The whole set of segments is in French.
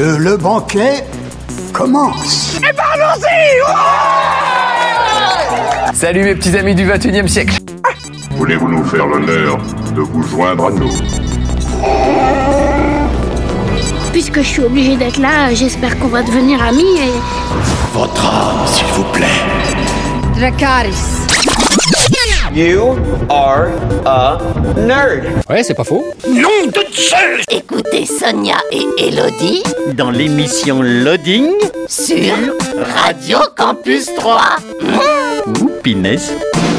que le banquet commence. Eh ben allons-y! Salut mes petits amis du 21e siècle. Voulez-vous nous faire l'honneur de vous joindre à nous? Puisque je suis obligée d'être là, j'espère qu'on va devenir amis et... Votre âme, s'il vous plaît. Dracarys. You are a nerd. Ouais, c'est pas faux. Nom de Zeus! Écoutez Sonia et Elodie Dans l'émission Loading. sur Radio Campus 3. Ouh, pinesse.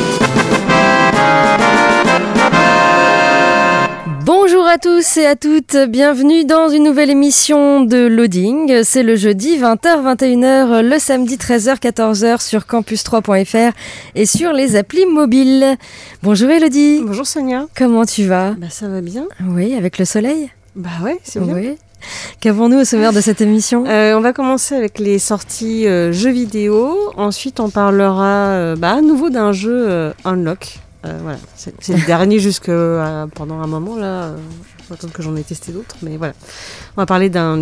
Bonjour à tous et à toutes, bienvenue dans une nouvelle émission de Loading. C'est le jeudi 20h-21h, le samedi 13h-14h sur campus3.fr et sur les applis mobiles. Bonjour Elodie. Bonjour Sonia. Comment tu vas ? Bah ça va bien. Oui, avec le soleil ? Bah ouais, c'est bien. Oui. Qu'avons-nous au sommaire de cette émission ? On va commencer avec les sorties jeux vidéo. Ensuite, on parlera à nouveau d'un jeu Unlock. Voilà, c'est le dernier pendant un moment là. Faut attendre que j'en ai testé d'autres, mais voilà. On va parler d'un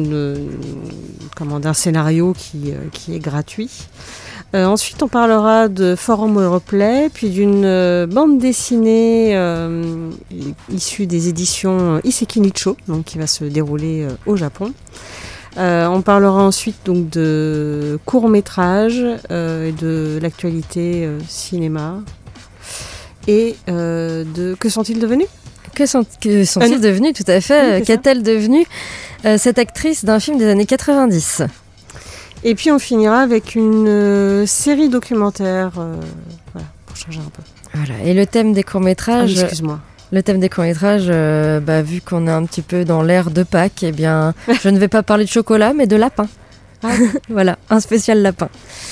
scénario qui est gratuit. Ensuite, on parlera de Forum Europlay, puis d'une bande dessinée issue des éditions Iseki Nicho, donc qui va se dérouler au Japon. On parlera ensuite donc de courts-métrages et de l'actualité cinéma. Et que sont-ils devenus ? Que sont-ils devenus, tout à fait. Oui, Qu'est-elle devenue, cette actrice d'un film des années 90 ? Et puis on finira avec une série documentaire, pour changer un peu. Voilà. Et le thème des courts-métrages... excuse-moi. Le thème des courts-métrages, vu qu'on est un petit peu dans l'ère de Pâques, eh bien, je ne vais pas parler de chocolat, mais de lapin. Ah. Voilà, un spécial lapin.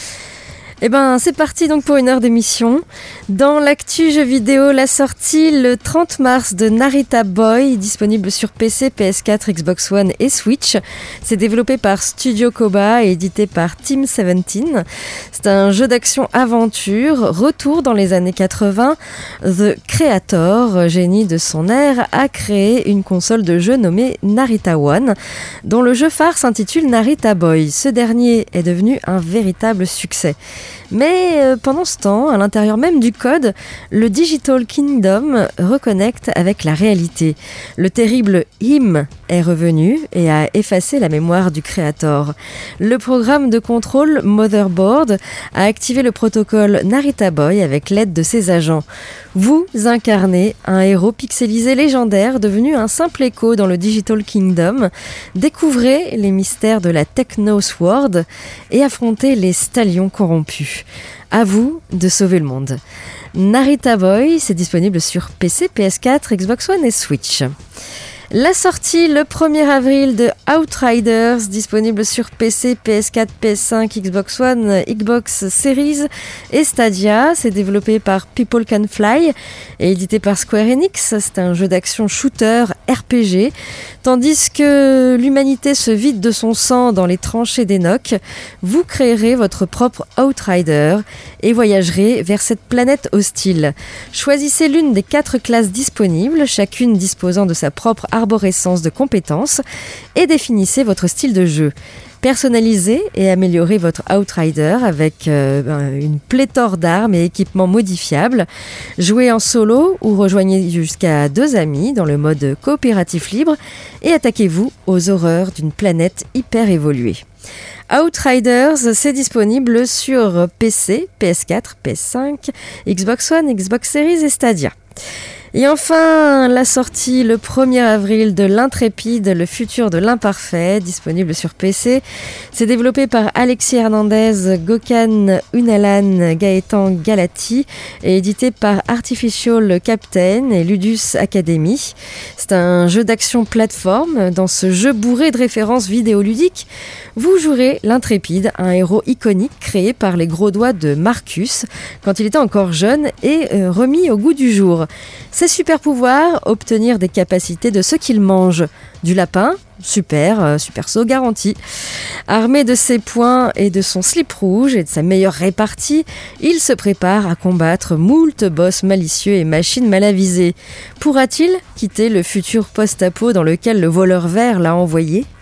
Eh ben, c'est parti donc pour une heure d'émission. Dans l'actu jeux vidéo, la sortie le 30 mars de Narita Boy, disponible sur PC, PS4, Xbox One et Switch. C'est développé par Studio Koba et édité par Team 17. C'est un jeu d'action-aventure. Retour dans les années 80. The Creator, génie de son ère, a créé une console de jeu nommée Narita One, dont le jeu phare s'intitule Narita Boy. Ce dernier est devenu un véritable succès. Mais pendant ce temps, à l'intérieur même du code, le Digital Kingdom reconnecte avec la réalité. Le terrible Him est revenu et a effacé la mémoire du Creator. Le programme de contrôle Motherboard a activé le protocole Narita Boy avec l'aide de ses agents. Vous incarnez un héros pixelisé légendaire devenu un simple écho dans le Digital Kingdom. Découvrez les mystères de la Techno Sword et affrontez les stallions corrompus. À vous de sauver le monde. Narita Boy, c'est disponible sur PC, PS4, Xbox One et Switch. La sortie le 1er avril de Outriders, disponible sur PC, PS4, PS5, Xbox One, Xbox Series et Stadia. C'est développé par People Can Fly et édité par Square Enix. C'est un jeu d'action shooter RPG. Tandis que l'humanité se vide de son sang dans les tranchées d'Enoch, vous créerez votre propre Outrider et voyagerez vers cette planète hostile. Choisissez l'une des 4 classes disponibles, chacune disposant de sa propre arborescence de compétences, et définissez votre style de jeu. Personnalisez et améliorez votre Outrider avec une pléthore d'armes et équipements modifiables. Jouez en solo ou rejoignez jusqu'à 2 amis dans le mode coopératif libre et attaquez-vous aux horreurs d'une planète hyper évoluée. Outriders, c'est disponible sur PC, PS4, PS5, Xbox One, Xbox Series et Stadia. Et enfin, la sortie le 1er avril de l'Intrépide, le futur de l'imparfait, disponible sur PC. C'est développé par Alexis Hernandez, Gökhan Unalan, Gaëtan Galati et édité par Artificial Captain et Ludus Academy. C'est un jeu d'action plateforme. Dans ce jeu bourré de références vidéoludiques, vous jouerez l'Intrépide, un héros iconique créé par les gros doigts de Marcus quand il était encore jeune et remis au goût du jour. Ses super pouvoirs, obtenir des capacités de ce qu'il mange. Du lapin, super saut garanti. Armé de ses poings et de son slip rouge et de sa meilleure répartie, il se prépare à combattre moult boss malicieux et machines mal avisées. Pourra-t-il quitter le futur post-apo dans lequel le voleur vert l'a envoyé ?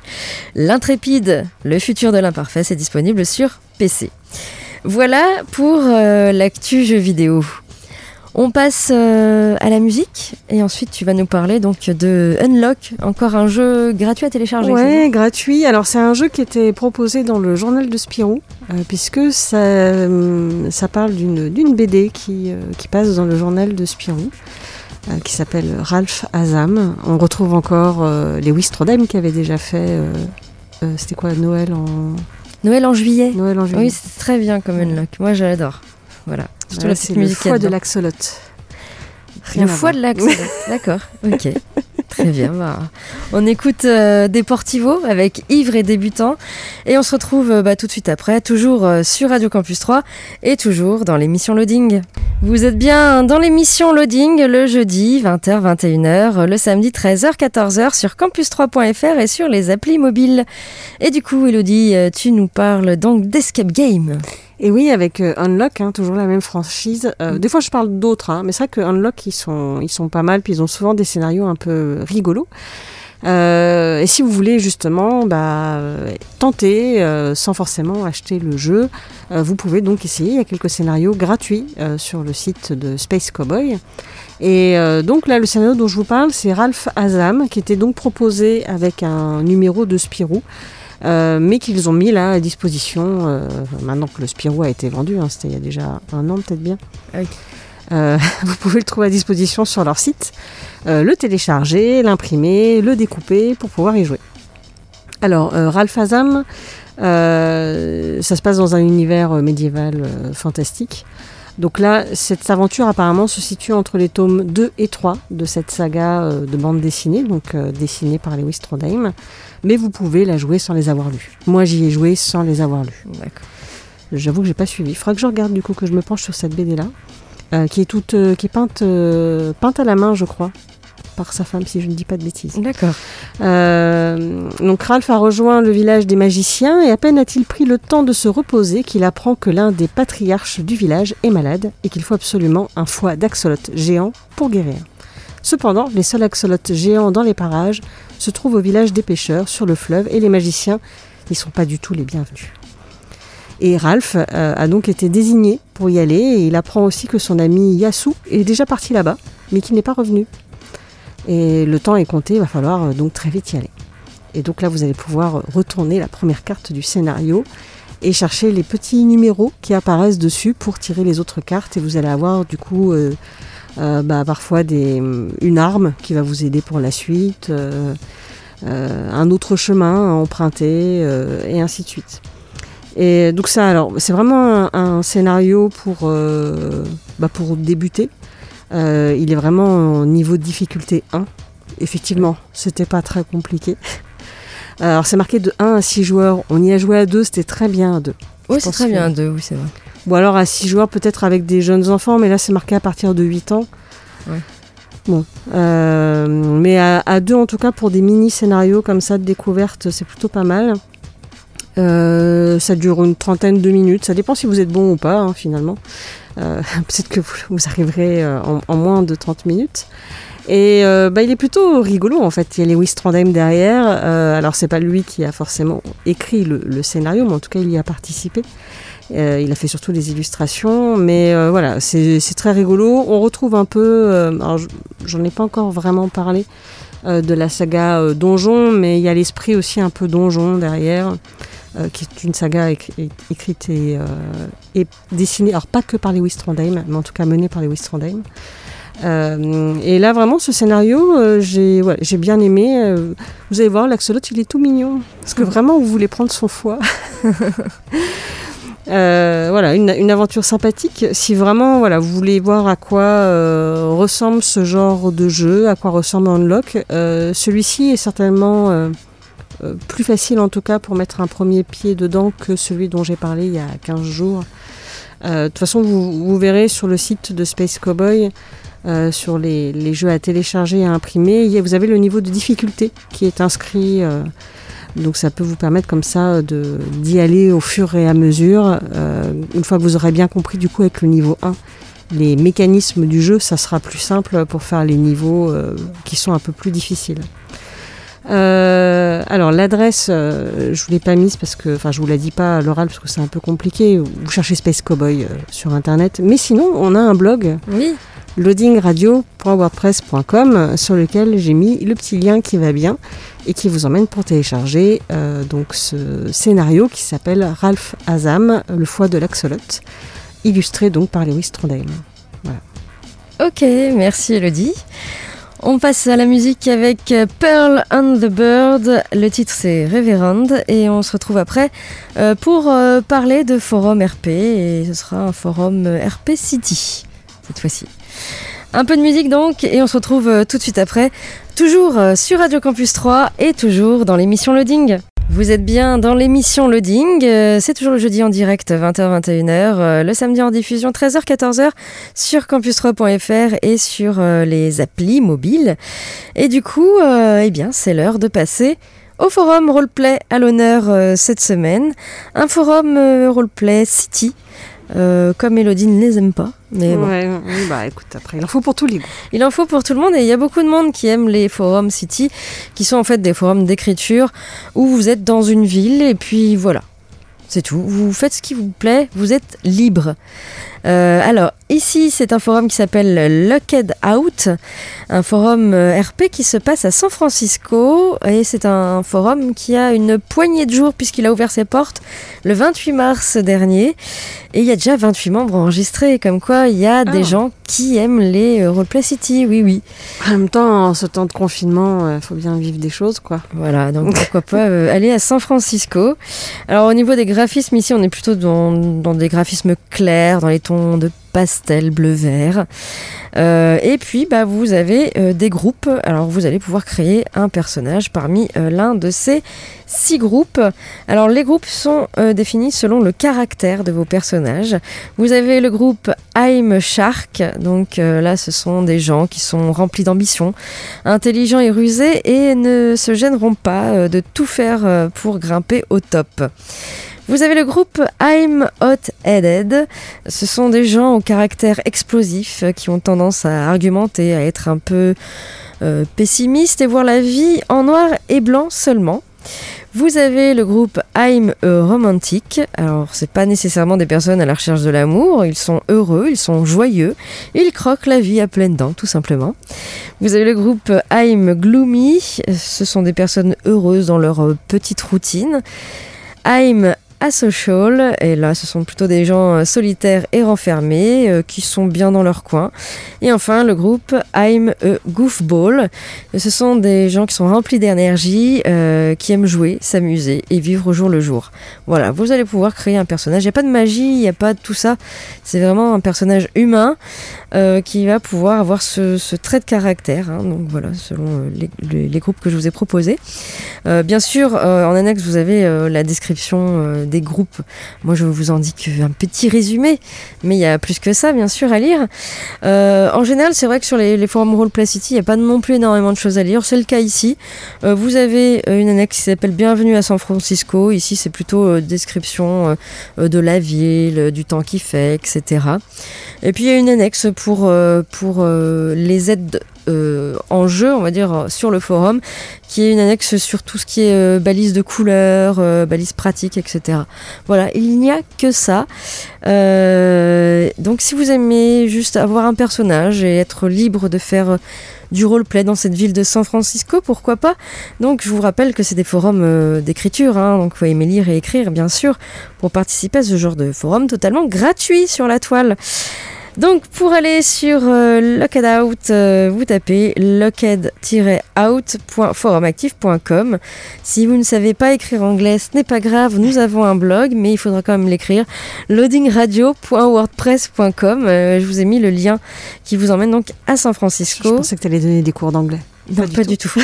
L'Intrépide, le futur de l'imparfait, c'est disponible sur PC. Voilà pour l'actu jeux vidéo. On passe à la musique et ensuite tu vas nous parler donc de Unlock, encore un jeu gratuit à télécharger. Ouais, gratuit. Alors c'est un jeu qui était proposé dans le journal de Spirou, puisque ça parle d'une BD qui passe dans le journal de Spirou, qui s'appelle Ralph Azam. On retrouve encore Lewis Trondheim qui avait déjà fait, c'était quoi, Noël en juillet. Oui, c'est très bien comme Unlock. Moi j'adore. Voilà. Surtout la petite musique. Le foie de l'axolote. Le foie de l'axolote. D'accord. Ok. Très bien. Bah, on écoute Deportivo avec Ivre et Débutant. Et on se retrouve tout de suite après, toujours sur Radio Campus 3 et toujours dans l'émission Loading. Vous êtes bien dans l'émission Loading le jeudi 20h, 21h, le samedi 13h, 14h sur campus3.fr et sur les applis mobiles. Et du coup, Elodie, tu nous parles donc d'Escape Game. Et oui, avec Unlock, toujours la même franchise. Des fois, je parle d'autres, mais c'est vrai que Unlock, ils sont pas mal, puis ils ont souvent des scénarios un peu rigolos. Et si vous voulez justement tenter, sans forcément acheter le jeu, vous pouvez donc essayer. Il y a quelques scénarios gratuits sur le site de Space Cowboy. Et donc là, le scénario dont je vous parle, c'est Ralph Azam, qui était donc proposé avec un numéro de Spirou. Mais qu'ils ont mis là à disposition maintenant que le Spirou a été vendu, c'était il y a déjà 1 an peut-être bien. Ah oui. Vous pouvez le trouver à disposition sur leur site, le télécharger, l'imprimer, le découper pour pouvoir y jouer. Alors Ralph Azam, ça se passe dans un univers médiéval fantastique. Donc là, cette aventure apparemment se situe entre les tomes 2 et 3 de cette saga de bande dessinée, donc dessinée par Lewis Trondheim. Mais vous pouvez la jouer sans les avoir lus. Moi, j'y ai joué sans les avoir lus. D'accord. J'avoue que j'ai pas suivi. Il faudra que je regarde du coup, que je me penche sur cette BD-là, qui est peinte à la main, je crois, par sa femme, si je ne dis pas de bêtises. D'accord. Donc Ralph a rejoint le village des magiciens et à peine a-t-il pris le temps de se reposer qu'il apprend que l'un des patriarches du village est malade et qu'il faut absolument un foie d'axolote géant pour guérir. Cependant, les seuls axolotes géants dans les parages se trouvent au village des pêcheurs sur le fleuve et les magiciens n'y sont pas du tout les bienvenus. Et Ralph a donc été désigné pour y aller et il apprend aussi que son ami Yasu est déjà parti là-bas mais qu'il n'est pas revenu. Et le temps est compté, il va falloir donc très vite y aller. Et donc là, vous allez pouvoir retourner la première carte du scénario et chercher les petits numéros qui apparaissent dessus pour tirer les autres cartes. Et vous allez avoir du coup parfois une arme qui va vous aider pour la suite, un autre chemin à emprunter, et ainsi de suite. Et donc ça, alors, c'est vraiment un scénario pour débuter. Il est vraiment au niveau de difficulté 1. Effectivement, c'était pas très compliqué. Alors c'est marqué de 1 à 6 joueurs. On y a joué à 2, c'était très bien à 2. Oui, c'est très bien à 2, oui, c'est vrai. Ou alors à 6 joueurs, peut-être avec des jeunes enfants, mais là c'est marqué à partir de 8 ans. Ouais. Bon, mais à 2 en tout cas, pour des mini-scénarios comme ça de découverte, c'est plutôt pas mal. Ça dure une trentaine de minutes, ça dépend si vous êtes bon ou pas, finalement. Peut-être que vous arriverez en moins de 30 minutes. Et il est plutôt rigolo en fait. Il y a Lewis Trondheim derrière. Alors c'est pas lui qui a forcément écrit le scénario, mais en tout cas il y a participé. Il a fait surtout des illustrations, mais voilà, c'est très rigolo. On retrouve un peu, alors j'en ai pas encore vraiment parlé de la saga Donjon, mais il y a l'esprit aussi un peu Donjon derrière, qui est une saga écrite et dessinée, alors pas que par Lewis Trondheim, mais en tout cas menée par Lewis Trondheim. Et là vraiment ce scénario j'ai bien aimé. Vous allez voir, l'axolote il est tout mignon parce que vraiment vous voulez prendre son foie. Voilà, une aventure sympathique. Si vraiment vous voulez voir à quoi ressemble ce genre de jeu, à quoi ressemble Unlock, celui-ci est certainement plus facile en tout cas pour mettre un premier pied dedans que celui dont j'ai parlé il y a 15 jours. De toute façon vous verrez sur le site de Space Cowboy, sur les jeux à télécharger et à imprimer, vous avez le niveau de difficulté qui est inscrit, donc ça peut vous permettre comme ça d'y aller au fur et à mesure. Une fois que vous aurez bien compris du coup avec le niveau 1 les mécanismes du jeu, ça sera plus simple pour faire les niveaux qui sont un peu plus difficiles. Alors l'adresse, je vous l'ai pas mise parce que, enfin je vous la dis pas à l'oral parce que c'est un peu compliqué. Vous cherchez Space Cowboy sur internet, mais sinon on a un blog, Oui. loadingradio.wordpress.com, sur lequel j'ai mis le petit lien qui va bien et qui vous emmène pour télécharger donc ce scénario qui s'appelle Ralph Azam, le foie de l'axolote, illustré donc par Lewis Trondheim. Voilà. Ok, merci Elodie. On passe à la musique avec Pearl and the Bird. Le titre c'est Reverend et on se retrouve après pour parler de forum RP et ce sera un forum RP City cette fois-ci. Un peu de musique donc et on se retrouve tout de suite après, toujours sur Radio Campus 3 et toujours dans l'émission Loading. Vous êtes bien dans l'émission Loading, c'est toujours le jeudi en direct 20h-21h, le samedi en diffusion 13h-14h sur campus3.fr et sur les applis mobiles. Et du coup, eh bien, c'est l'heure de passer au forum Roleplay à l'honneur cette semaine. Un forum Roleplay City. Comme Elodie ne les aime pas, mais bon. Ouais, bah écoute, après il en faut pour tous les goûts. Il en faut pour tout le monde et il y a beaucoup de monde qui aime les forums City, qui sont en fait des forums d'écriture où vous êtes dans une ville et puis voilà, c'est tout. Vous faites ce qui vous plaît, vous êtes libre. Alors ici c'est un forum qui s'appelle Locked Out, un forum RP qui se passe à San Francisco et c'est un forum qui a une poignée de jours puisqu'il a ouvert ses portes le 28 mars dernier et il y a déjà 28 membres enregistrés, comme quoi il y a des gens qui aiment les Roleplay City, oui. En même temps, en ce temps de confinement, il faut bien vivre des choses, quoi. Voilà, donc pourquoi pas aller à San Francisco. Alors au niveau des graphismes, ici on est plutôt dans des graphismes clairs, dans les tons de pastel bleu-vert. Et puis vous avez des groupes. Alors vous allez pouvoir créer un personnage parmi l'un de ces 6 groupes. Alors les groupes sont définis selon le caractère de vos personnages. Vous avez le groupe I'm Shark. Donc là ce sont des gens qui sont remplis d'ambition, intelligents et rusés et ne se gêneront pas de tout faire pour grimper au top. Vous avez le groupe I'm Hot-Headed. Ce sont des gens au caractère explosif qui ont tendance à argumenter, à être un peu pessimistes et voir la vie en noir et blanc seulement. Vous avez le groupe I'm a Romantic. Alors, c'est pas nécessairement des personnes à la recherche de l'amour. Ils sont heureux, ils sont joyeux. Ils croquent la vie à pleines dents, tout simplement. Vous avez le groupe I'm Gloomy. Ce sont des personnes heureuses dans leur petite routine. I'm Asocial, et là ce sont plutôt des gens solitaires et renfermés qui sont bien dans leur coin. Et enfin le groupe I'm a Goofball, ce sont des gens qui sont remplis d'énergie, qui aiment jouer, s'amuser et vivre au jour le jour. Voilà, vous allez pouvoir créer un personnage, il n'y a pas de magie, il n'y a pas de tout ça, c'est vraiment un personnage humain qui va pouvoir avoir ce trait de caractère, hein. Donc voilà, selon les groupes que je vous ai proposés. Bien sûr, en annexe vous avez la description des groupes. Moi je vous en dis qu'un petit résumé, mais il y a plus que ça bien sûr à lire. En général c'est vrai que sur les forums Roleplay City il n'y a pas non plus énormément de choses à lire, c'est le cas ici. Vous avez une annexe qui s'appelle Bienvenue à San Francisco. Ici c'est plutôt description de la ville, du temps qu'il fait, etc. Et puis il y a une annexe pour les aides en jeu, on va dire, sur le forum, qui est une annexe sur tout ce qui est balises de couleurs, balises pratiques, etc. Voilà, il n'y a que ça. Donc si vous aimez juste avoir un personnage et être libre de faire du roleplay dans cette ville de San Francisco, pourquoi pas. Donc je vous rappelle que c'est des forums d'écriture, hein, donc il faut aimer lire et écrire bien sûr pour participer à ce genre de forum totalement gratuit sur la toile. Donc pour aller sur Locked Out, vous tapez locked-out.forumactif.com. Si vous ne savez pas écrire anglais, ce n'est pas grave, nous avons un blog, mais il faudra quand même l'écrire, loadingradio.wordpress.com. Je vous ai mis le lien qui vous emmène donc à San Francisco. Je pensais que tu allais donner des cours d'anglais. Non, pas du tout.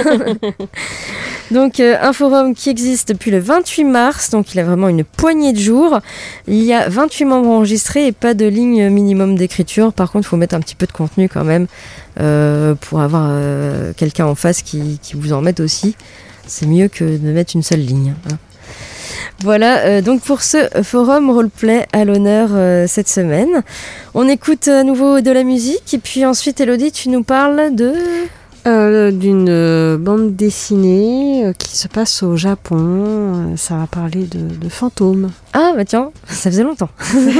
Donc un forum qui existe depuis le 28 mars, donc il a vraiment une poignée de jours. Il y a 28 membres enregistrés et pas de ligne minimum d'écriture. Par contre, il faut mettre un petit peu de contenu quand même pour avoir quelqu'un en face qui vous en mette aussi. C'est mieux que de mettre une seule ligne, hein. Voilà, donc pour ce forum roleplay à l'honneur cette semaine. On écoute à nouveau de la musique et puis ensuite Elodie, tu nous parles de... D'une bande dessinée qui se passe au Japon. Ça va parler de fantômes. Ah bah tiens, ça faisait longtemps.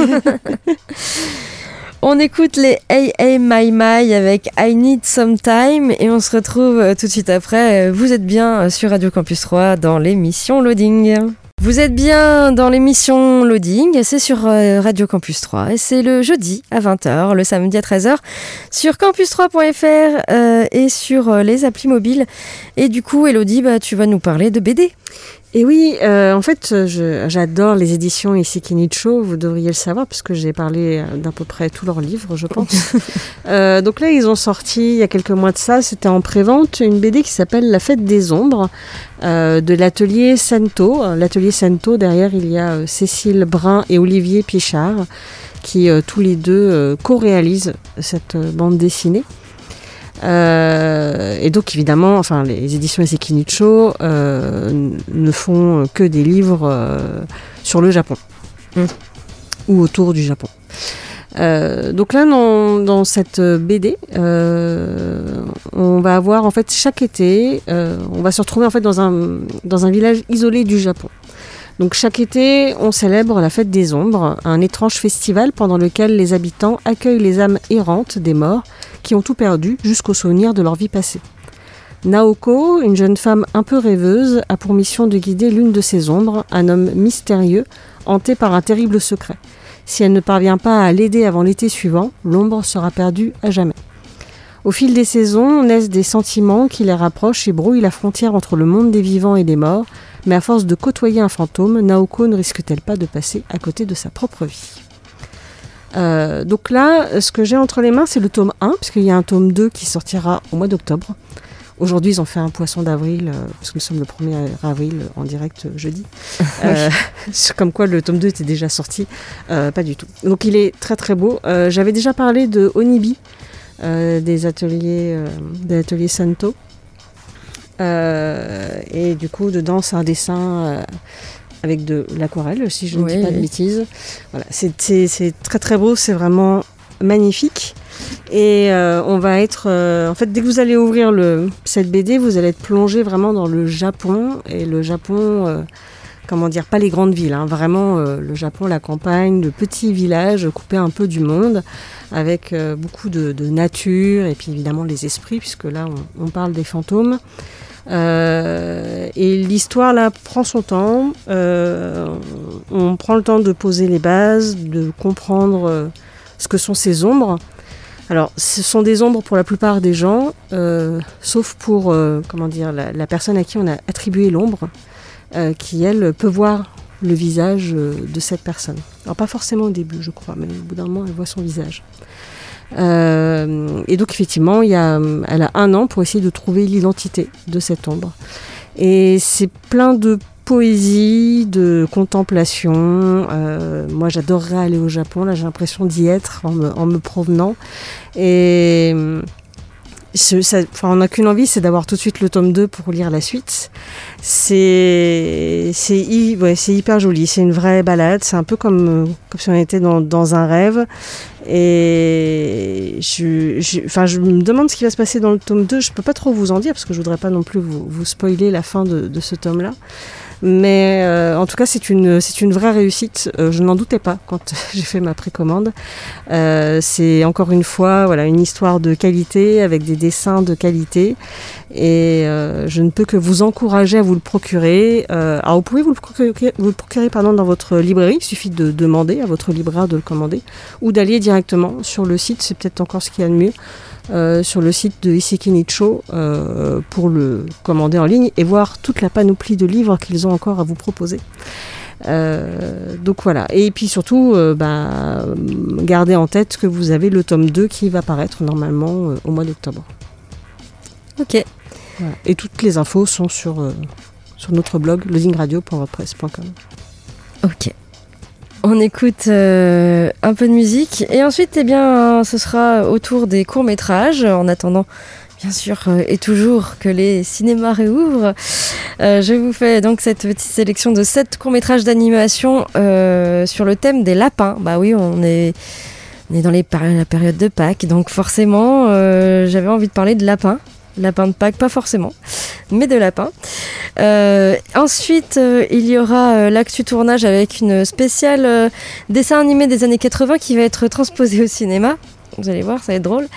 On écoute les Hey Hey My My avec I Need Some Time et on se retrouve tout de suite après. Vous êtes bien sur Radio Campus 3 dans l'émission Loading. Vous êtes bien dans l'émission Loading, c'est sur Radio Campus 3 et c'est le jeudi à 20h, le samedi à 13h sur campus3.fr et sur les applis mobiles. Et du coup, Elodie, tu vas nous parler de BD. Et oui, en fait, j'adore les éditions Iseki Nicho, vous devriez le savoir, puisque j'ai parlé d'à peu près tous leurs livres, je pense. Donc là, ils ont sorti, il y a quelques mois de ça, c'était en pré-vente, une BD qui s'appelle La Fête des Ombres, de l'atelier Sento. L'atelier Sento, derrière, il y a Cécile Brun et Olivier Pichard, qui tous les deux co-réalisent cette bande dessinée. Et donc évidemment, enfin, les éditions Iseki Nicho ne font que des livres sur le Japon ou autour du Japon. Donc là, dans cette BD, on va avoir en fait chaque été, on va se retrouver en fait dans un village isolé du Japon. Donc chaque été, on célèbre la fête des ombres, un étrange festival pendant lequel les habitants accueillent les âmes errantes des morts qui ont tout perdu jusqu'au souvenir de leur vie passée. Naoko, une jeune femme un peu rêveuse, a pour mission de guider l'une de ces ombres, un homme mystérieux, hanté par un terrible secret. Si elle ne parvient pas à l'aider avant l'été suivant, l'ombre sera perdue à jamais. Au fil des saisons, naissent des sentiments qui les rapprochent et brouillent la frontière entre le monde des vivants et des morts, mais à force de côtoyer un fantôme, Naoko ne risque-t-elle pas de passer à côté de sa propre vie ? Donc là, ce que j'ai entre les mains, c'est le tome 1, puisqu'il y a un tome 2 qui sortira au mois d'octobre. Aujourd'hui, ils ont fait un poisson d'avril, parce que nous sommes le 1er avril en direct jeudi. Comme quoi, le tome 2 était déjà sorti. Pas du tout. Donc il est très très beau. J'avais déjà parlé de Onibi, des ateliers Santo. Et du coup, dedans, c'est un dessin avec de l'aquarelle, si je ne dis pas de bêtises. Voilà, c'est très très beau, c'est vraiment magnifique. Et on va être... en fait, dès que vous allez ouvrir cette BD, vous allez être plongé vraiment dans le Japon. Et le Japon, comment dire, pas les grandes villes, hein, vraiment le Japon, la campagne, de petits villages coupés un peu du monde, avec beaucoup de nature, et puis évidemment les esprits, puisque là, on parle des fantômes. Et l'histoire là prend son temps, on prend le temps de poser les bases, de comprendre ce que sont ces ombres. Alors ce sont des ombres pour la plupart des gens, sauf pour la personne à qui on a attribué l'ombre, qui elle peut voir le visage de cette personne. Alors pas forcément au début je crois, mais au bout d'un moment elle voit son visage. Et donc effectivement elle a 1 an pour essayer de trouver l'identité de cette ombre, et c'est plein de poésie, de contemplation. Moi j'adorerais aller au Japon, là j'ai l'impression d'y être en me promenant, et on n'a qu'une envie, c'est d'avoir tout de suite le tome 2 pour lire la suite. C'est hyper joli, c'est une vraie balade, c'est un peu comme si on était dans un rêve. Et je me demande ce qui va se passer dans le tome 2, je peux pas trop vous en dire parce que je voudrais pas non plus vous spoiler la fin de ce tome-là. Mais en tout cas, c'est une vraie réussite. Je n'en doutais pas quand j'ai fait ma précommande. C'est encore une fois une histoire de qualité avec des dessins de qualité. Et je ne peux que vous encourager à vous le procurer. Alors vous pouvez vous le procurer dans votre librairie. Il suffit de demander à votre libraire de le commander ou d'aller directement sur le site. C'est peut-être encore ce qu'il y a de mieux. Sur le site de Iseki Nicho pour le commander en ligne et voir toute la panoplie de livres qu'ils ont encore à vous proposer. Donc voilà. Et puis surtout, gardez en tête que vous avez le tome 2 qui va paraître normalement au mois d'octobre. Ok. Voilà. Et toutes les infos sont sur notre blog loadingradio.wordpress.com. Ok. On écoute un peu de musique et ensuite ce sera autour des courts-métrages. En attendant, bien sûr, et toujours que les cinémas réouvrent, je vous fais donc cette petite sélection de 7 courts-métrages d'animation sur le thème des lapins. Bah oui, on est dans la période de Pâques, donc forcément, j'avais envie de parler de lapins. lapin de Pâques, pas forcément, mais de lapin. Ensuite, il y aura l'actu tournage avec une spéciale dessin animé des années 80 qui va être transposé au cinéma. Vous allez voir, ça va être drôle.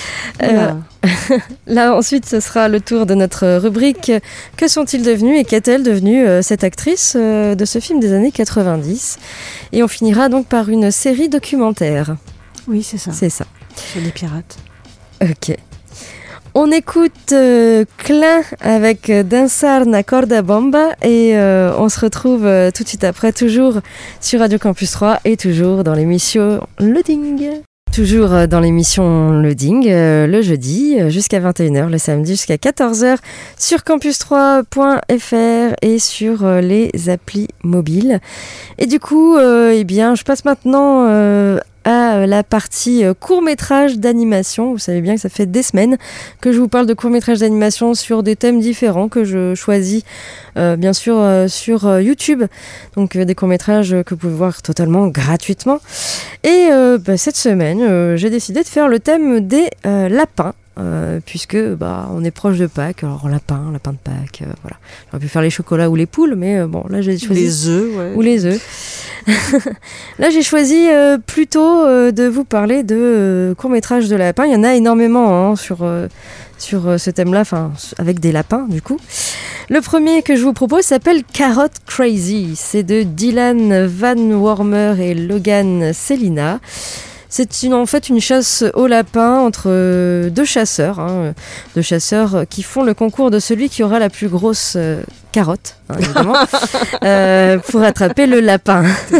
Là, ensuite, ce sera le tour de notre rubrique « Que sont-ils devenus ?» et qu'est-elle devenue cette actrice de ce film des années 90 ? Et on finira donc par une série documentaire. Oui, c'est ça. C'est ça. Sur les pirates. Ok. On écoute Klein avec Dansar na corda bamba et on se retrouve tout de suite après, toujours sur Radio Campus 3 et toujours dans l'émission Loading. Toujours dans l'émission Loading, le jeudi jusqu'à 21h, le samedi jusqu'à 14h sur campus3.fr et sur les applis mobiles. Et du coup, je passe maintenant à la partie court-métrage d'animation. Vous savez bien que ça fait des semaines que je vous parle de court-métrage d'animation sur des thèmes différents que je choisis bien sûr sur YouTube. Donc des courts-métrages que vous pouvez voir totalement gratuitement. Et cette semaine, j'ai décidé de faire le thème des lapins. Puisque on est proche de Pâques, alors lapin de Pâques, voilà. J'aurais pu faire les chocolats ou les poules, mais bon, là j'ai choisi les œufs, ouais. Ou les œufs. Là j'ai choisi plutôt de vous parler de court-métrage de lapin. Il y en a énormément sur ce thème-là, enfin avec des lapins du coup. Le premier que je vous propose s'appelle Carrot Crazy. C'est de Dylan Van Wormer et Logan Selina. C'est en fait une chasse au lapin entre deux chasseurs qui font le concours de celui qui aura la plus grosse carotte, évidemment, pour attraper le lapin.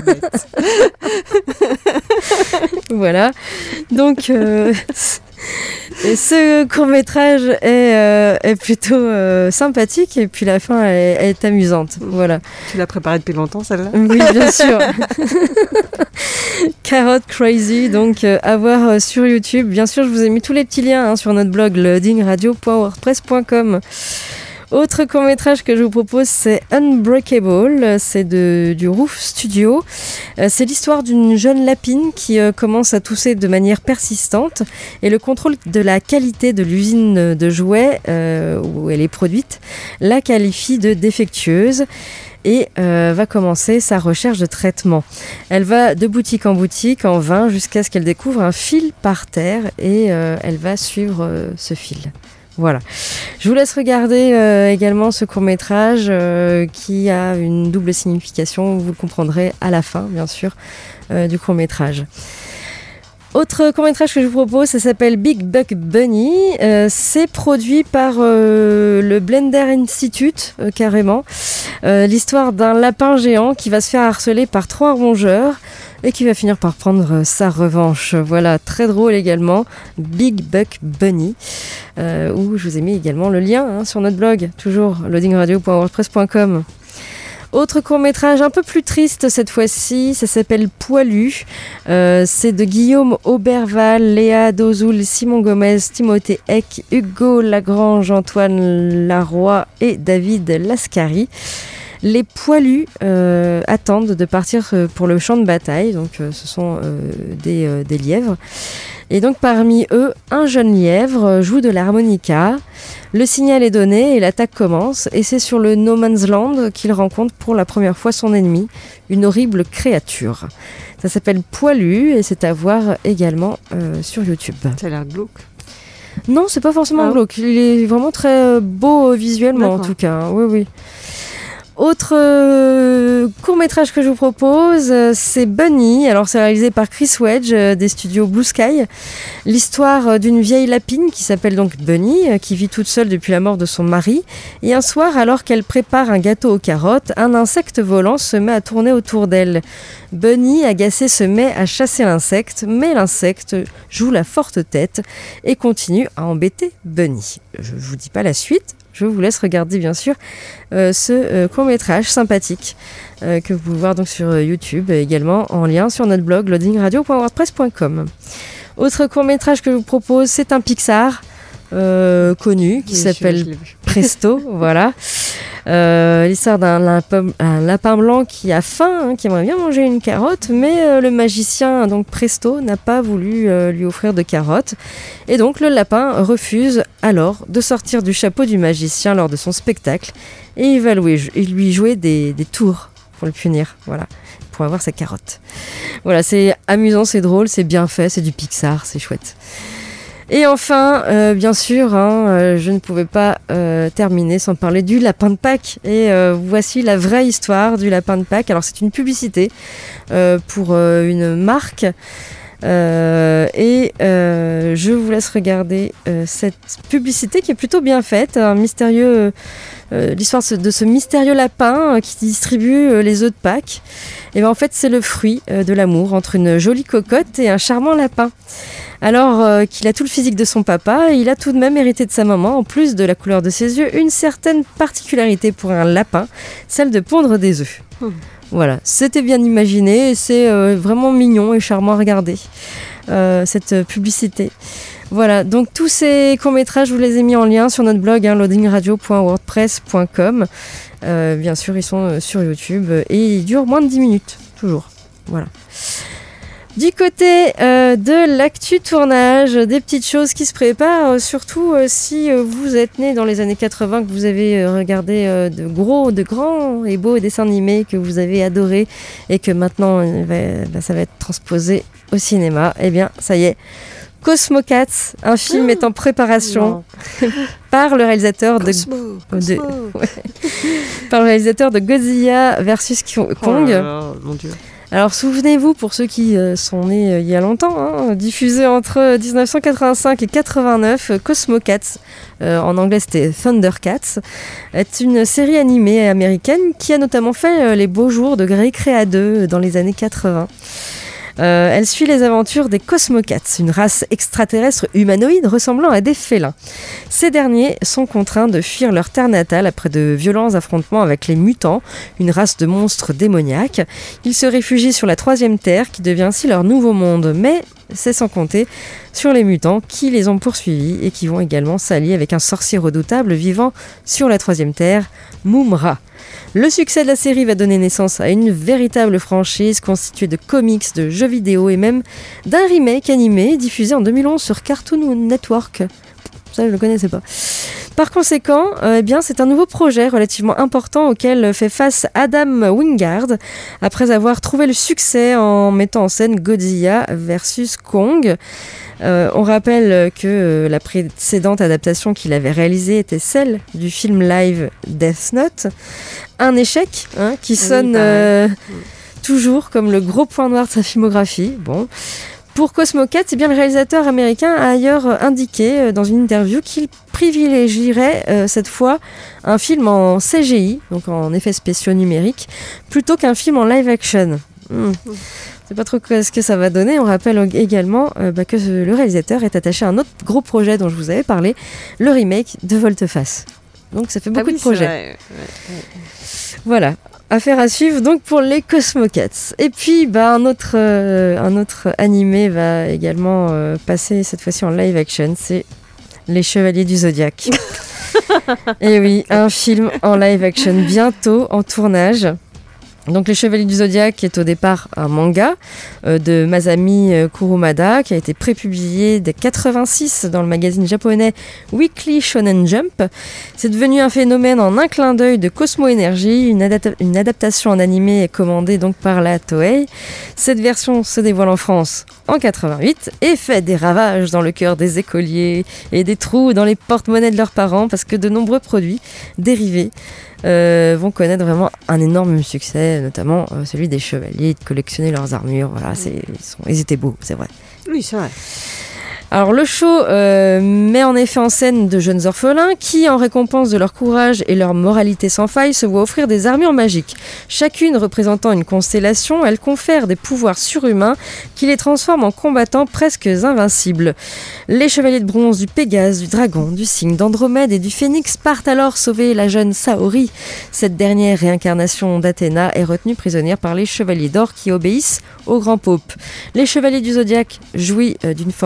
Voilà. Donc, ce court-métrage est plutôt sympathique et puis la fin est amusante. Voilà. Tu l'as préparée depuis longtemps, celle-là ? Oui, bien sûr. Carrot Crazy, donc à voir sur YouTube. Bien sûr, je vous ai mis tous les petits liens sur notre blog loadingradio.wordpress.com. Autre court-métrage que je vous propose, c'est Unbreakable, c'est du Roof Studio. C'est l'histoire d'une jeune lapine qui commence à tousser de manière persistante et le contrôle de la qualité de l'usine de jouets où elle est produite la qualifie de défectueuse. Et va commencer sa recherche de traitement. Elle va de boutique en boutique, en vain, jusqu'à ce qu'elle découvre un fil par terre et elle va suivre ce fil. Voilà. Je vous laisse regarder également ce court-métrage qui a une double signification. Vous le comprendrez à la fin, bien sûr, du court-métrage. Autre court-métrage que je vous propose, ça s'appelle Big Buck Bunny. C'est produit par le Blender Institute, carrément. L'histoire d'un lapin géant qui va se faire harceler par 3 rongeurs et qui va finir par prendre sa revanche. Voilà, très drôle également. Big Buck Bunny, où je vous ai mis également le lien sur notre blog, toujours loadingradio.wordpress.com. Autre court-métrage un peu plus triste cette fois-ci, ça s'appelle Poilu. C'est de Guillaume Auberval, Léa Dozoul, Simon Gomez, Timothée Eck, Hugo Lagrange, Antoine Laroy et David Lascari. Les poilus attendent de partir pour le champ de bataille, donc ce sont des lièvres. Et donc parmi eux, un jeune lièvre joue de l'harmonica. Le signal est donné et l'attaque commence. Et c'est sur le No Man's Land qu'il rencontre pour la première fois son ennemi, une horrible créature. Ça s'appelle Poilu et c'est à voir également sur YouTube. Ça a l'air glauque. Non, c'est pas forcément glauque. Il est vraiment très beau visuellement. D'accord. En tout cas. Oui, oui. Autre court-métrage que je vous propose, c'est Bunny. Alors c'est réalisé par Chris Wedge des studios Blue Sky. L'histoire d'une vieille lapine qui s'appelle donc Bunny, qui vit toute seule depuis la mort de son mari. Et un soir, alors qu'elle prépare un gâteau aux carottes, un insecte volant se met à tourner autour d'elle. Bunny, agacée, se met à chasser l'insecte, mais l'insecte joue la forte tête et continue à embêter Bunny. Je ne vous dis pas la suite. Je vous laisse regarder bien sûr ce court-métrage sympathique que vous pouvez voir donc sur YouTube et également en lien sur notre blog loadingradio.wordpress.com. Autre court-métrage que je vous propose, c'est un Pixar connu qui s'appelle Presto. Voilà. L'histoire d'un lapin blanc qui a faim, qui aimerait bien manger une carotte, mais le magicien, donc Presto, n'a pas voulu lui offrir de carotte. Et donc le lapin refuse alors de sortir du chapeau du magicien lors de son spectacle. Et il va lui jouer des tours pour le punir, voilà, pour avoir sa carotte. Voilà, c'est amusant, c'est drôle, c'est bien fait, c'est du Pixar, c'est chouette. Et enfin, bien sûr, je ne pouvais pas terminer sans parler du lapin de Pâques. Et voici la vraie histoire du lapin de Pâques. Alors c'est une publicité pour une marque. Je vous laisse regarder cette publicité qui est plutôt bien faite. L'histoire de ce mystérieux lapin qui distribue les œufs de Pâques. Et bien en fait, c'est le fruit de l'amour entre une jolie cocotte et un charmant lapin. Alors qu'il a tout le physique de son papa, il a tout de même hérité de sa maman, en plus de la couleur de ses yeux, une certaine particularité pour un lapin, celle de pondre des œufs. Voilà, c'était bien imaginé et c'est vraiment mignon et charmant à regarder, cette publicité. Voilà, donc tous ces courts-métrages, je vous les ai mis en lien sur notre blog, loadingradio.wordpress.com. Bien sûr, ils sont sur YouTube et ils durent moins de 10 minutes, toujours. Voilà. Du côté de l'actu tournage, des petites choses qui se préparent, surtout si vous êtes né dans les années 80, que vous avez regardé de grands et beaux dessins animés que vous avez adorés et que maintenant ça va être transposé au cinéma. Eh bien, ça y est, Cosmo Cats, un film est en préparation par le réalisateur par le réalisateur de Godzilla vs Kong. Oh là là, mon Dieu. Alors souvenez-vous, pour ceux qui sont nés il y a longtemps, diffusé entre 1985 et 89, Cosmo Cats, en anglais c'était Thundercats, est une série animée américaine qui a notamment fait les beaux jours de Grey Crea 2 dans les années 80. Elle suit les aventures des Cosmocats, une race extraterrestre humanoïde ressemblant à des félins. Ces derniers sont contraints de fuir leur terre natale après de violents affrontements avec les mutants, une race de monstres démoniaques. Ils se réfugient sur la 3e Terre, qui devient ainsi leur nouveau monde, mais c'est sans compter sur les mutants qui les ont poursuivis et qui vont également s'allier avec un sorcier redoutable vivant sur la 3e Terre, Mumra. Le succès de la série va donner naissance à une véritable franchise constituée de comics, de jeux vidéo et même d'un remake animé diffusé en 2011 sur Cartoon Network. Ça, je ne le connaissais pas. Par conséquent, c'est un nouveau projet relativement important auquel fait face Adam Wingard après avoir trouvé le succès en mettant en scène Godzilla vs Kong. On rappelle que la précédente adaptation qu'il avait réalisée était celle du film live Death Note. Un échec qui sonne toujours comme le gros point noir de sa filmographie. Bon. Pour Cosmo Cats, le réalisateur américain a ailleurs indiqué dans une interview qu'il privilégierait cette fois un film en CGI, donc en effets spéciaux numériques, plutôt qu'un film en live action. Je sais pas trop ce que ça va donner. On rappelle également que le réalisateur est attaché à un autre gros projet dont je vous avais parlé, le remake de Volte-Face. Donc ça fait beaucoup de projets. Ouais. Voilà. Affaire à suivre donc pour les Cosmo Cats. Et puis un autre animé va également passer cette fois-ci en live action, c'est Les Chevaliers du Zodiaque. Et oui, un film en live action bientôt en tournage. Donc Les Chevaliers du Zodiaque est au départ un manga de Masami Kurumada qui a été prépublié dès 86 dans le magazine japonais Weekly Shonen Jump. C'est devenu un phénomène en un clin d'œil de Cosmo Energy, une adaptation en animé commandée donc par la Toei. Cette version se dévoile en France en 88 et fait des ravages dans le cœur des écoliers et des trous dans les porte-monnaies de leurs parents parce que de nombreux produits dérivés vont connaître vraiment un énorme succès, notamment celui des chevaliers, de collectionner leurs armures. Voilà, ils étaient beaux, c'est vrai. Oui, c'est vrai. Alors le show met en effet en scène de jeunes orphelins qui, en récompense de leur courage et leur moralité sans faille, se voient offrir des armures magiques. Chacune représentant une constellation, elles confèrent des pouvoirs surhumains qui les transforment en combattants presque invincibles. Les chevaliers de bronze du Pégase, du Dragon, du Cygne, d'Andromède et du Phénix partent alors sauver la jeune Saori. Cette dernière réincarnation d'Athéna est retenue prisonnière par les chevaliers d'or qui obéissent au grand pope. Les chevaliers du Zodiaque jouissent d'une formule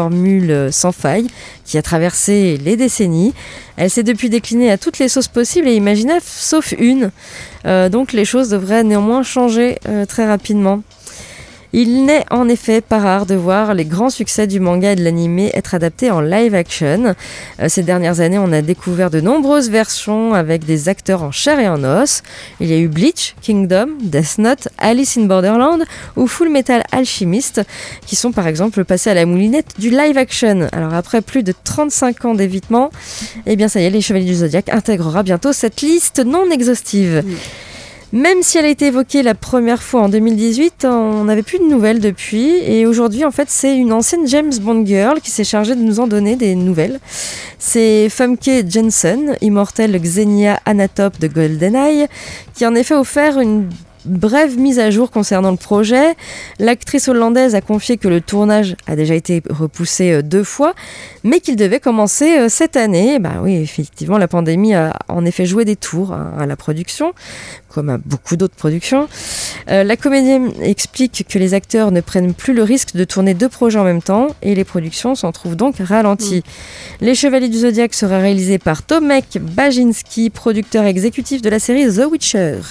formule sans faille qui a traversé les décennies. Elle s'est depuis déclinée à toutes les sauces possibles et imaginables, sauf une. Donc les choses devraient néanmoins changer très rapidement. Il n'est en effet pas rare de voir les grands succès du manga et de l'animé être adaptés en live action. Ces dernières années, on a découvert de nombreuses versions avec des acteurs en chair et en os. Il y a eu Bleach, Kingdom, Death Note, Alice in Borderland ou Full Metal Alchemist qui sont par exemple passés à la moulinette du live action. Alors après plus de 35 ans d'évitement, eh bien ça y est, les Chevaliers du Zodiaque intégrera bientôt cette liste non exhaustive. Même si elle a été évoquée la première fois en 2018, on n'avait plus de nouvelles depuis. Et aujourd'hui, en fait, c'est une ancienne James Bond girl qui s'est chargée de nous en donner des nouvelles. C'est Famke Janssen, immortelle Xenia Anatop de GoldenEye, qui a en effet offert une brève mise à jour concernant le projet. L'actrice hollandaise a confié que le tournage a déjà été repoussé 2 fois, mais qu'il devait commencer cette année. Bah oui, effectivement, la pandémie a en effet joué des tours à la production, comme à beaucoup d'autres productions. La comédienne explique que les acteurs ne prennent plus le risque de tourner 2 projets en même temps et les productions s'en trouvent donc ralenties. Les Chevaliers du Zodiaque sera réalisé par Tomek Baginski, producteur exécutif de la série The Witcher.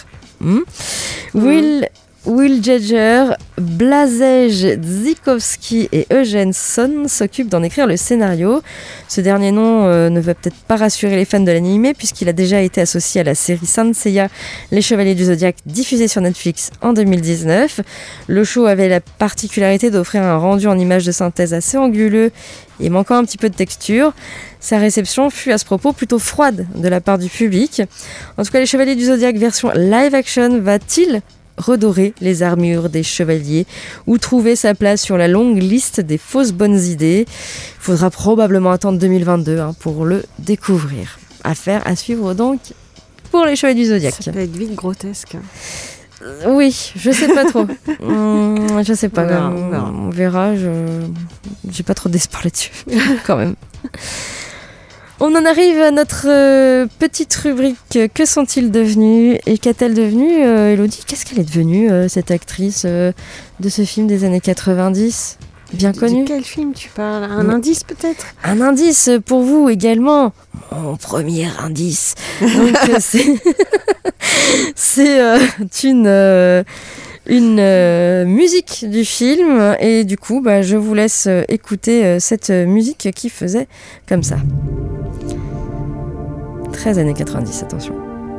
Will Jagger, Blazej Zikowski et Eugene Son s'occupent d'en écrire le scénario. Ce dernier nom ne va peut-être pas rassurer les fans de l'anime puisqu'il a déjà été associé à la série Saint Seiya, Les Chevaliers du Zodiaque, diffusée sur Netflix en 2019. Le show avait la particularité d'offrir un rendu en images de synthèse assez anguleux et manquant un petit peu de texture. Sa réception fut à ce propos plutôt froide de la part du public. En tout cas, Les Chevaliers du Zodiaque version live action va-t-il redorer les armures des chevaliers ou trouver sa place sur la longue liste des fausses bonnes idées? Il faudra probablement attendre 2022 pour le découvrir. Affaire à suivre donc pour Les Chevaliers du Zodiaque. Ça peut être vite grotesque. Oui, je sais pas trop. Je sais pas. On verra. J'ai pas trop d'espoir là-dessus, quand même. On en arrive à notre petite rubrique « Que sont-ils devenus ?» Et qu'a-t-elle devenu, Elodie? Qu'est-ce qu'elle est devenue, cette actrice de ce film des années 90 ? Bien connue. De quel film tu parles? Un indice peut-être? Un indice pour vous également. Mon premier indice. Donc c'est une musique du film et du coup je vous laisse écouter cette musique qui faisait comme ça. 13 années 90, attention.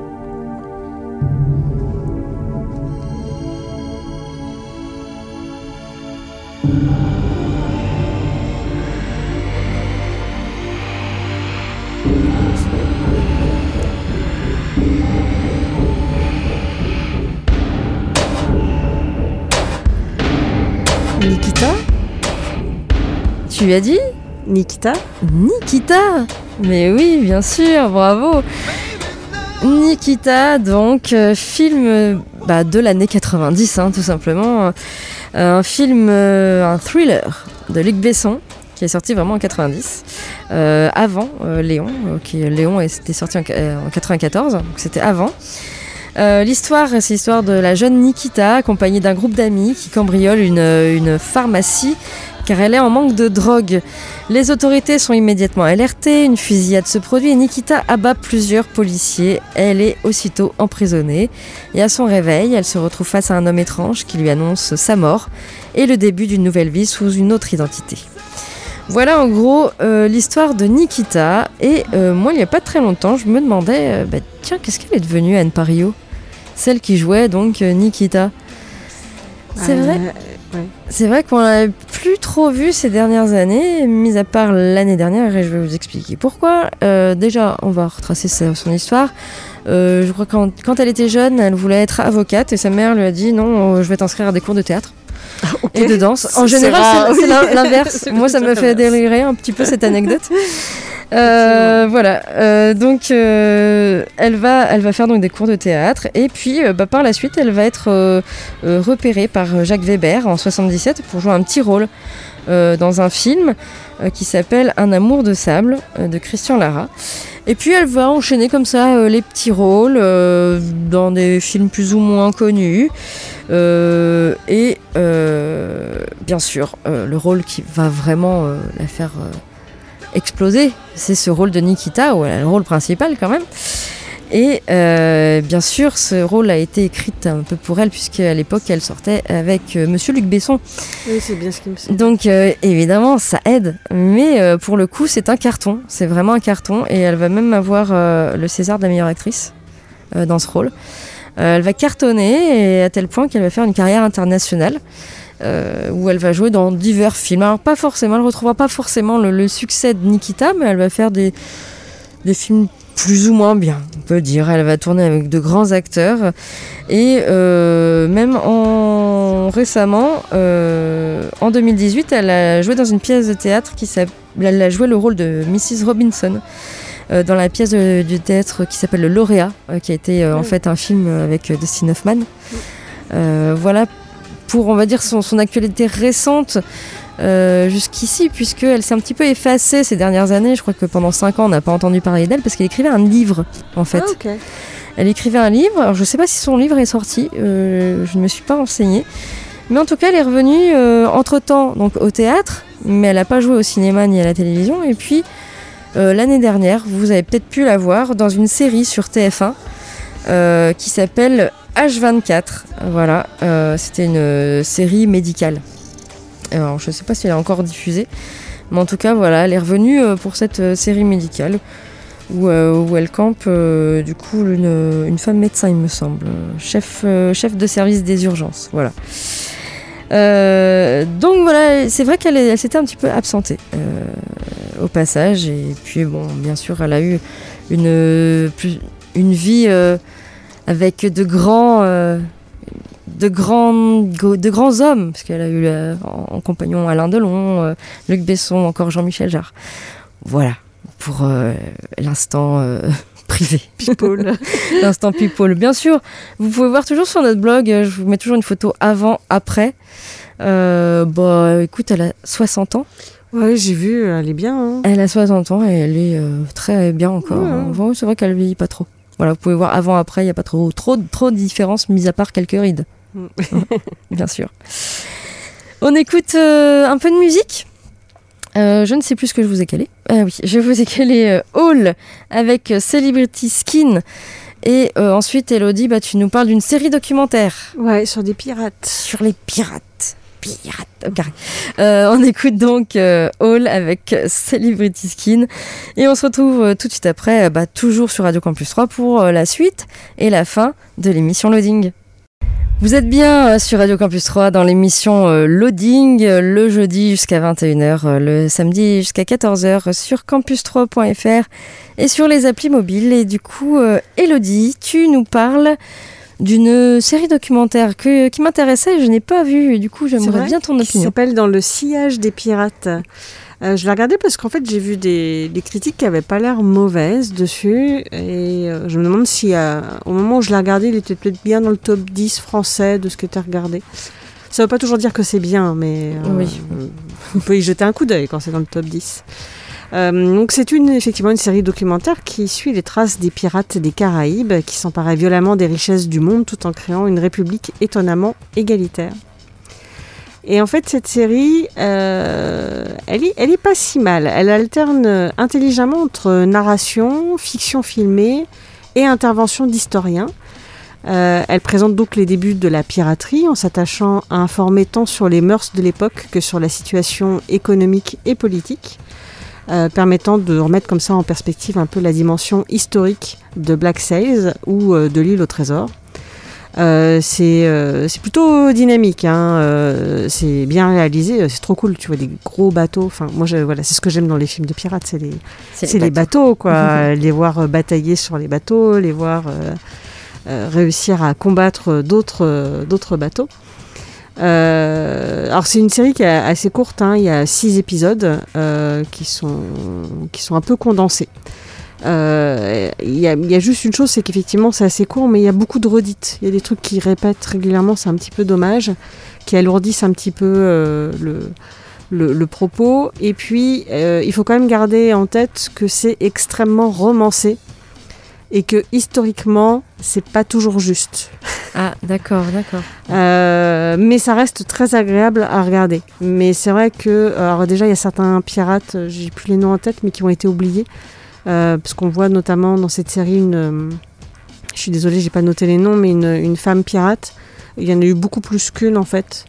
Nikita? Tu as dit Nikita? Nikita! Mais oui, bien sûr, bravo! Nikita, donc, film de l'année 90, tout simplement. Un film, un thriller de Luc Besson, qui est sorti vraiment en 90, avant Léon. Léon était sorti en 94, donc c'était avant. L'histoire, c'est l'histoire de la jeune Nikita, accompagnée d'un groupe d'amis qui cambriole une pharmacie car elle est en manque de drogue. Les autorités sont immédiatement alertées, une fusillade se produit et Nikita abat plusieurs policiers. Elle est aussitôt emprisonnée et à son réveil, elle se retrouve face à un homme étrange qui lui annonce sa mort et le début d'une nouvelle vie sous une autre identité. Voilà en gros l'histoire de Nikita et moi il n'y a pas très longtemps je me demandais tiens qu'est-ce qu'elle est devenue Anne Parillot, celle qui jouait donc Nikita. C'est vrai. Ouais. C'est vrai qu'on l'a plus trop vue ces dernières années, mis à part l'année dernière, et je vais vous expliquer pourquoi. Déjà, on va retracer son histoire. Je crois que quand elle était jeune, elle voulait être avocate et sa mère lui a dit non, je vais t'inscrire à des cours de théâtre. Okay. Et de danse. En général, c'est l'inverse. Moi, ça me fait délirer un petit peu cette anecdote. Voilà. Donc, elle va faire donc des cours de théâtre. Et puis, par la suite, elle va être repérée par Jacques Weber en 77 pour jouer un petit rôle dans un film qui s'appelle Un amour de sable de Christian Lara. Et puis elle va enchaîner comme ça les petits rôles dans des films plus ou moins connus. Et bien sûr, le rôle qui va vraiment la faire exploser, c'est ce rôle de Nikita, où elle a le rôle principal quand même. Et bien sûr, ce rôle a été écrit un peu pour elle, puisqu'à l'époque, elle sortait avec Monsieur Luc Besson. Oui, c'est bien ce qui me semble. Donc, évidemment, ça aide. Mais pour le coup, c'est un carton. C'est vraiment un carton. Et elle va même avoir le César de la meilleure actrice dans ce rôle. Elle va cartonner, et à tel point qu'elle va faire une carrière internationale. Où elle va jouer dans divers films. Alors, pas forcément, elle ne retrouvera pas forcément le succès de Nikita, mais elle va faire des films plus ou moins bien, on peut dire. Elle va tourner avec de grands acteurs. Et même récemment, en 2018, elle a joué dans une pièce de théâtre elle a joué le rôle de Mrs. Robinson dans la pièce du théâtre qui s'appelle Le Lauréat, qui a été en fait un film avec Dustin Hoffman. Voilà pour, on va dire, son actualité récente jusqu'ici, puisqu'elle s'est un petit peu effacée ces dernières années. Je crois que pendant 5 ans, on n'a pas entendu parler d'elle parce qu'elle écrivait un livre, en fait. Ah, okay. Elle écrivait un livre. Alors, je ne sais pas si son livre est sorti. Je ne me suis pas renseignée. Mais en tout cas, elle est revenue entre-temps donc, au théâtre, mais elle n'a pas joué au cinéma ni à la télévision. Et puis, l'année dernière, vous avez peut-être pu la voir dans une série sur TF1 qui s'appelle H24. Voilà, c'était une série médicale. Alors, je ne sais pas si elle est encore diffusée, mais en tout cas, voilà, elle est revenue pour cette série médicale où elle campe du coup une femme médecin, il me semble, chef de service des urgences. Voilà. Donc voilà, c'est vrai qu'elle s'était un petit peu absentée au passage, et puis bon, bien sûr, elle a eu une vie avec de grands hommes, parce qu'elle a eu en compagnon Alain Delon, Luc Besson, encore Jean-Michel Jarre. Voilà, pour l'instant privé. People. L'instant people. Bien sûr, vous pouvez voir toujours sur notre blog, je vous mets toujours une photo avant, après. Écoute, elle a 60 ans. Ouais, j'ai vu, elle est bien. Hein. Elle a 60 ans et elle est très bien encore. Ouais. Enfin, c'est vrai qu'elle vieillit pas trop. Voilà, vous pouvez voir avant, après, il n'y a pas trop de différence, mis à part quelques rides. Bien sûr. On écoute un peu de musique. Je ne sais plus ce que je vous ai calé. Ah oui, je vous ai calé Hall avec Celebrity Skin. Et ensuite, Elodie, tu nous parles d'une série documentaire. Ouais, sur des pirates. Sur les pirates. Okay. On écoute donc Hall avec Celebrity Skin. Et on se retrouve tout de suite après, toujours sur Radio Campus 3 pour la suite et la fin de l'émission Loading. Vous êtes bien sur Radio Campus 3 dans l'émission Loading, le jeudi jusqu'à 21h, le samedi jusqu'à 14h sur campus3.fr et sur les applis mobiles. Et du coup, Elodie, tu nous parles d'une série documentaire qui m'intéressait et je n'ai pas vue. Et du coup, j'aimerais bien ton opinion. Qui s'appelle Dans le sillage des pirates. Je l'ai regardé parce qu'en fait, j'ai vu des critiques qui n'avaient pas l'air mauvaises dessus. Et je me demande si, au moment où je l'ai regardé, il était peut-être bien dans le top 10 français de ce que tu as regardé. Ça ne veut pas toujours dire que c'est bien, mais oui. On peut y jeter un coup d'œil quand c'est dans le top 10. Donc c'est effectivement une série documentaire qui suit les traces des pirates des Caraïbes qui s'emparaient violemment des richesses du monde tout en créant une république étonnamment égalitaire. Et en fait, cette série, elle est pas si mal. Elle alterne intelligemment entre narration, fiction filmée et intervention d'historiens. Elle présente donc les débuts de la piraterie en s'attachant à informer tant sur les mœurs de l'époque que sur la situation économique et politique, permettant de remettre comme ça en perspective un peu la dimension historique de Black Sails ou de l'île au trésor. C'est plutôt dynamique, hein. C'est bien réalisé, c'est trop cool, tu vois, des gros bateaux. Enfin, moi, voilà, c'est ce que j'aime dans les films de pirates, c'est les bateaux, quoi. Les voir batailler sur les bateaux, les voir réussir à combattre d'autres bateaux. Alors c'est une série qui est assez courte, hein. Il y a 6 épisodes qui sont un peu condensés. Il y a juste une chose, c'est qu'effectivement c'est assez court, mais il y a beaucoup de redites. Il y a des trucs qui répètent régulièrement, c'est un petit peu dommage, qui alourdissent un petit peu le propos. Et puis il faut quand même garder en tête que c'est extrêmement romancé et que historiquement c'est pas toujours juste. Ah, d'accord. Mais ça reste très agréable à regarder. Mais c'est vrai que, alors déjà, il y a certains pirates, j'ai plus les noms en tête, mais qui ont été oubliés. Parce qu'on voit notamment dans cette série je suis désolée, j'ai pas noté les noms, mais une femme pirate. Il y en a eu beaucoup plus qu'une en fait.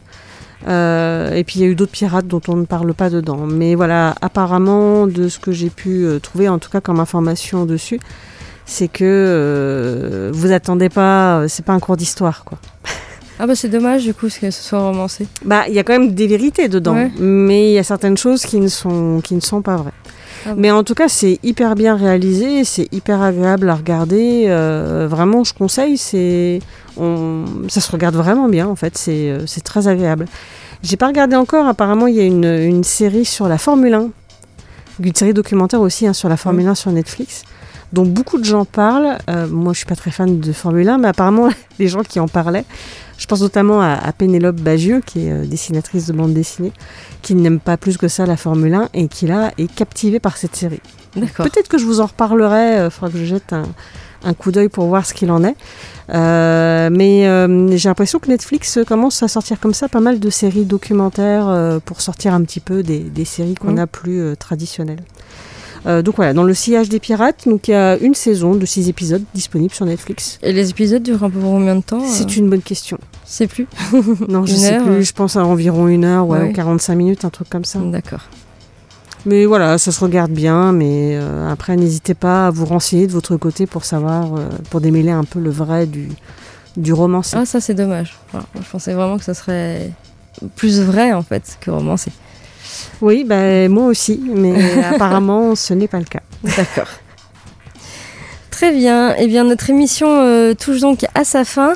Et puis il y a eu d'autres pirates dont on ne parle pas dedans. Mais voilà, apparemment, de ce que j'ai pu trouver, en tout cas comme information dessus, c'est que vous attendez pas, c'est pas un cours d'histoire, quoi. Ah bah c'est dommage du coup que ce soit romancé. Bah il y a quand même des vérités dedans, ouais. Mais il y a certaines choses qui ne sont pas vraies. Ah bon. Mais en tout cas c'est hyper bien réalisé, c'est hyper agréable à regarder. Vraiment je conseille, ça se regarde vraiment bien en fait, c'est très agréable. J'ai pas regardé encore, apparemment il y a une série sur la Formule 1, une série documentaire aussi hein, sur la Formule 1 sur Netflix, dont beaucoup de gens parlent. Moi, je suis pas très fan de Formule 1, mais apparemment, les gens qui en parlaient, je pense notamment à Pénélope Bagieux, qui est dessinatrice de bande dessinée, qui n'aime pas plus que ça la Formule 1 et qui, là, est captivée par cette série. D'accord. Peut-être que je vous en reparlerai, il faudra que je jette un coup d'œil pour voir ce qu'il en est. Mais j'ai l'impression que Netflix commence à sortir comme ça pas mal de séries documentaires pour sortir un petit peu des séries qu'on a plus traditionnelles. Donc voilà, dans le sillage des pirates, donc il y a une saison de 6 épisodes disponibles sur Netflix. Et les épisodes durent un peu combien de temps C'est une bonne question. C'est plus Non, je sais plus, je pense à environ 1 heure, ou 45 minutes, un truc comme ça. D'accord. Mais voilà, ça se regarde bien, mais après n'hésitez pas à vous renseigner de votre côté pour savoir, pour démêler un peu le vrai du romancé. Ah ça c'est dommage, voilà, je pensais vraiment que ça serait plus vrai en fait que romancé. Oui, moi aussi, mais apparemment ce n'est pas le cas. D'accord. Très bien, eh bien notre émission touche donc à sa fin.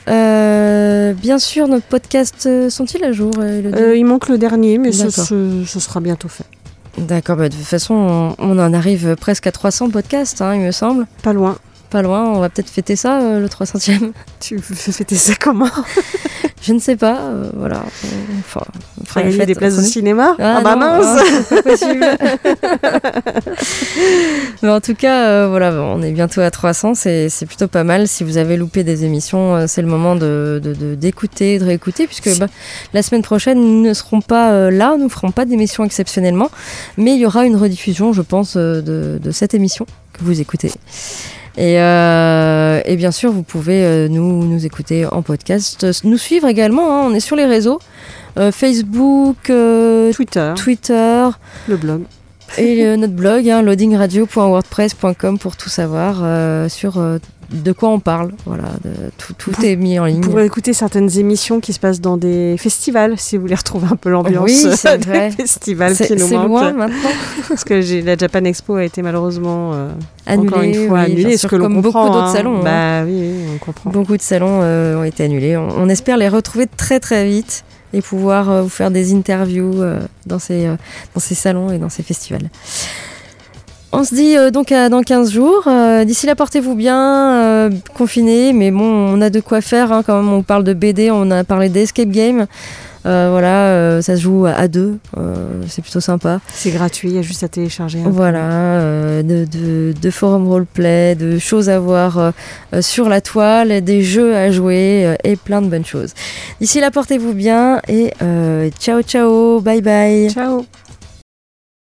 Bien sûr, nos podcasts sont-ils à jour, Elodie ? Il manque le dernier, mais ce sera bientôt fait. D'accord, de toute façon, on en arrive presque à 300 podcasts, hein, il me semble. Pas loin. Pas loin, on va peut-être fêter ça, le 300e. Tu veux fêter ça comment ? Je ne sais pas, voilà. On fera gagner des places de cinéma ? Ah bah non, mince, c'est pas possible. Mais en tout cas, voilà, on est bientôt à 300, c'est plutôt pas mal. Si vous avez loupé des émissions, c'est le moment d'écouter, de réécouter, puisque la semaine prochaine, nous ne serons pas là, nous ne ferons pas d'émission exceptionnellement, mais il y aura une rediffusion, je pense, de cette émission que vous écoutez. Et bien sûr, vous pouvez nous écouter en podcast, nous suivre également, hein, on est sur les réseaux, Facebook, Twitter, le blog. Et notre blog, hein, loadingradio.wordpress.com pour tout savoir sur de quoi on parle. Voilà, tout est mis en ligne. Vous pourrez écouter certaines émissions qui se passent dans des festivals, si vous voulez retrouver un peu l'ambiance des festivals qui nous manquent. C'est loin maintenant. Parce que la Japan Expo a été malheureusement encore une fois annulée. Ce que l'on comprend, beaucoup d'autres salons. Oui, on comprend. Beaucoup de salons ont été annulés. On espère les retrouver très très vite et pouvoir vous faire des interviews dans ces salons et dans ces festivals. On se dit donc dans 15 jours. D'ici là, portez-vous bien, confinés, mais bon, on a de quoi faire. Hein, quand même, on parle de BD, on a parlé d'escape game. Voilà, ça se joue à 2, c'est plutôt sympa. C'est gratuit, il y a juste à télécharger. Voilà, de forum roleplay, de choses à voir sur la toile, des jeux à jouer et plein de bonnes choses. D'ici là, portez-vous bien et ciao ciao, bye bye. Ciao.